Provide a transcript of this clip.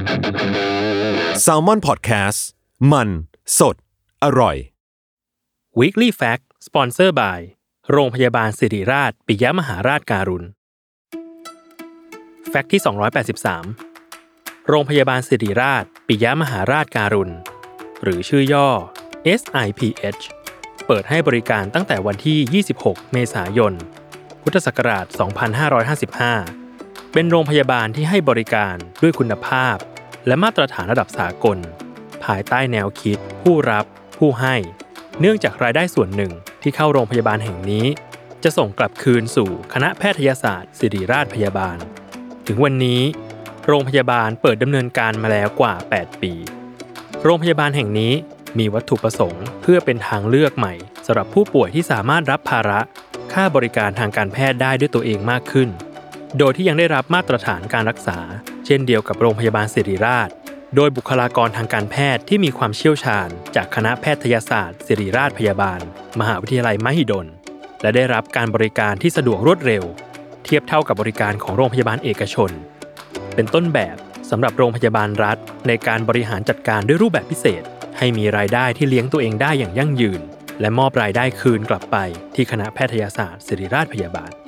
Salmon Podcast มันสดอร่อย Weekly Fact Sponsor by โรงพยาบาลศิริราชปิยมหาราชการุณ แฟกต์ที่283โรงพยาบาลศิริราชปิยมหาราชการุณหรือชื่อย่อ SIPH เปิดให้บริการตั้งแต่วันที่26เมษายนพุทธศักราช2555เป็นโรงพยาบาลที่ให้บริการด้วยคุณภาพและมาตรฐานระดับสากลภายใต้แนวคิดผู้รับผู้ให้เนื่องจากรายได้ส่วนหนึ่งที่เข้าโรงพยาบาลแห่งนี้จะส่งกลับคืนสู่คณะแพทยศาสตร์ศิริราชพยาบาลถึงวันนี้โรงพยาบาลเปิดดำเนินการมาแล้วกว่า8ปีโรงพยาบาลแห่งนี้มีวัตถุประสงค์เพื่อเป็นทางเลือกใหม่สำหรับผู้ป่วยที่สามารถรับภาระค่าบริการทางการแพทย์ได้ด้วยตัวเองมากขึ้นโดยที่ยังได้รับมาตรฐานการรักษาเช่นเดียวกับโรงพยาบาลศิริราชโดยบุคลากรทางการแพทย์ที่มีความเชี่ยวชาญจากคณะแพทยศาสตร์ศิริราชพยาบาลมหาวิทยาลัยมหิดลและได้รับการบริการที่สะดวกรวดเร็วเทียบเท่ากับบริการของโรงพยาบาลเอกชนเป็นต้นแบบสำหรับโรงพยาบาลรัฐในการบริหารจัดการด้วยรูปแบบพิเศษให้มีรายได้ที่เลี้ยงตัวเองได้อย่างยั่งยืนและมอบรายได้คืนกลับไปที่คณะแพทยศาสตร์ศิริราชพยาบาล